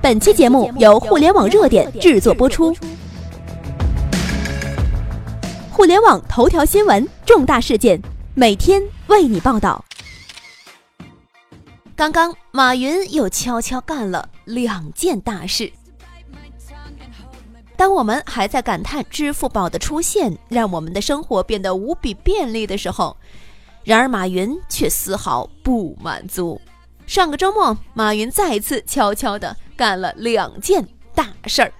本期节目由互联网热点制作播出。互联网头条新闻，重大事件，每天为你报道。刚刚马云又悄悄干了2件大事。当我们还在感叹支付宝的出现让我们的生活变得无比便利的时候，然而马云却丝毫不满足。上个周末，马云再次悄悄地干了2件大事儿。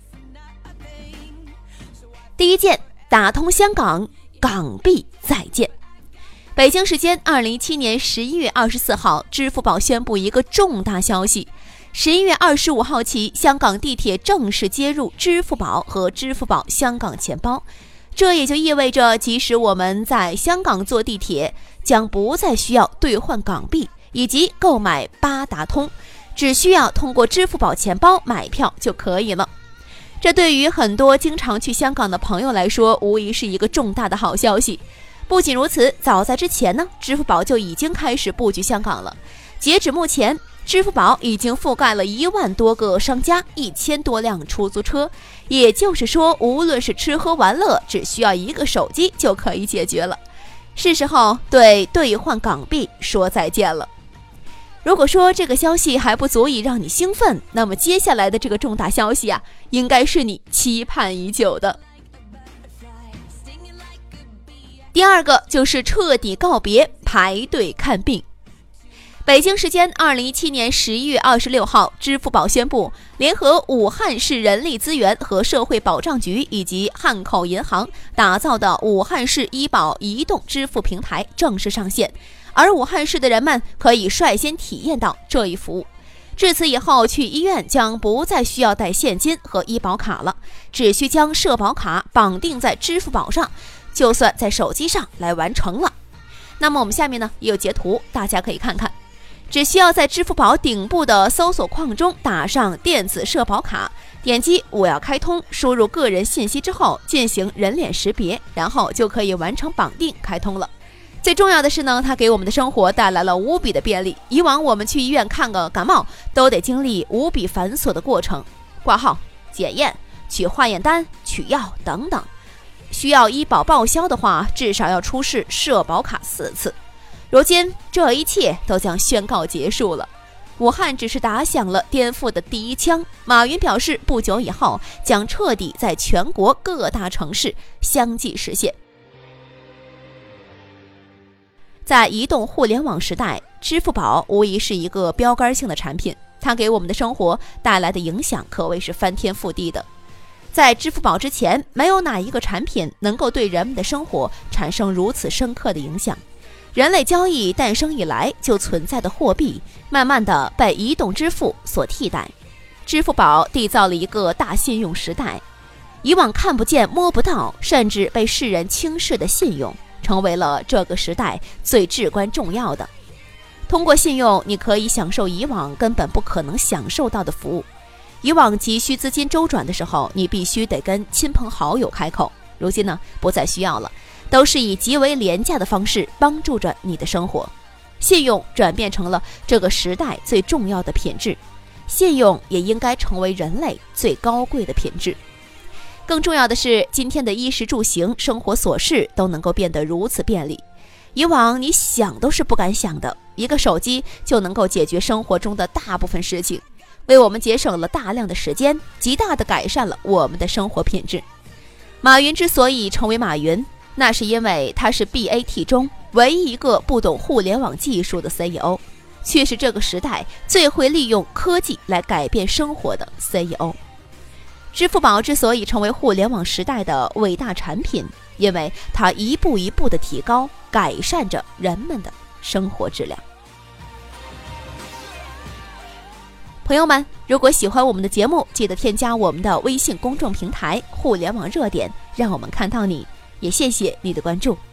第一件，打通香港，港币再见。北京时间2017年11月24号，支付宝宣布一个重大消息。11月25号起，香港地铁正式接入支付宝和支付宝香港钱包。这也就意味着，即使我们在香港坐地铁，将不再需要兑换港币以及购买八达通，只需要通过支付宝钱包买票就可以了。这对于很多经常去香港的朋友来说，无疑是一个重大的好消息。不仅如此，早在之前呢，支付宝就已经开始布局香港了。截止目前，支付宝已经覆盖了1万多个商家，1000多辆出租车。也就是说，无论是吃喝玩乐，只需要一个手机就可以解决了。是时候对兑换港币说再见了。如果说这个消息还不足以让你兴奋，那么接下来的这个重大消息啊，应该是你期盼已久的。第二个就是彻底告别排队看病。北京时间2017年11月26号，支付宝宣布联合武汉市人力资源和社会保障局以及汉口银行打造的武汉市医保移动支付平台正式上线，而武汉市的人们可以率先体验到这一服务。至此以后，去医院将不再需要带现金和医保卡了，只需将社保卡绑定在支付宝上，就算在手机上来完成了。那么我们下面呢也有截图，大家可以看看。只需要在支付宝顶部的搜索框中打上电子社保卡，点击我要开通，输入个人信息之后进行人脸识别，然后就可以完成绑定开通了。最重要的是呢，它给我们的生活带来了无比的便利。以往我们去医院看个感冒都得经历无比繁琐的过程，挂号、检验、取化验单、取药等等。需要医保报销的话，至少要出示社保卡4次。如今这一切都将宣告结束了。武汉只是打响了颠覆的第一枪。马云表示，不久以后将彻底在全国各大城市相继实现。在移动互联网时代，支付宝无疑是一个标杆性的产品，它给我们的生活带来的影响可谓是翻天覆地的。在支付宝之前，没有哪一个产品能够对人们的生活产生如此深刻的影响。人类交易诞生以来就存在的货币，慢慢的被移动支付所替代。支付宝缔造了一个大信用时代，以往看不见摸不到，甚至被世人轻视的信用，成为了这个时代最至关重要的。通过信用，你可以享受以往根本不可能享受到的服务。以往急需资金周转的时候，你必须得跟亲朋好友开口，如今呢，不再需要了，都是以极为廉价的方式帮助着你的生活。信用转变成了这个时代最重要的品质，信用也应该成为人类最高贵的品质。更重要的是，今天的衣食住行、生活琐事都能够变得如此便利。以往你想都是不敢想的，一个手机就能够解决生活中的大部分事情，为我们节省了大量的时间，极大地改善了我们的生活品质。马云之所以成为马云，那是因为他是 BAT 中唯一一个不懂互联网技术的 CEO， 却是这个时代最会利用科技来改变生活的 CEO。 支付宝之所以成为互联网时代的伟大产品，因为它一步一步地提高、改善着人们的生活质量。朋友们，如果喜欢我们的节目，记得添加我们的微信公众平台互联网热点，让我们看到你，也谢谢你的关注。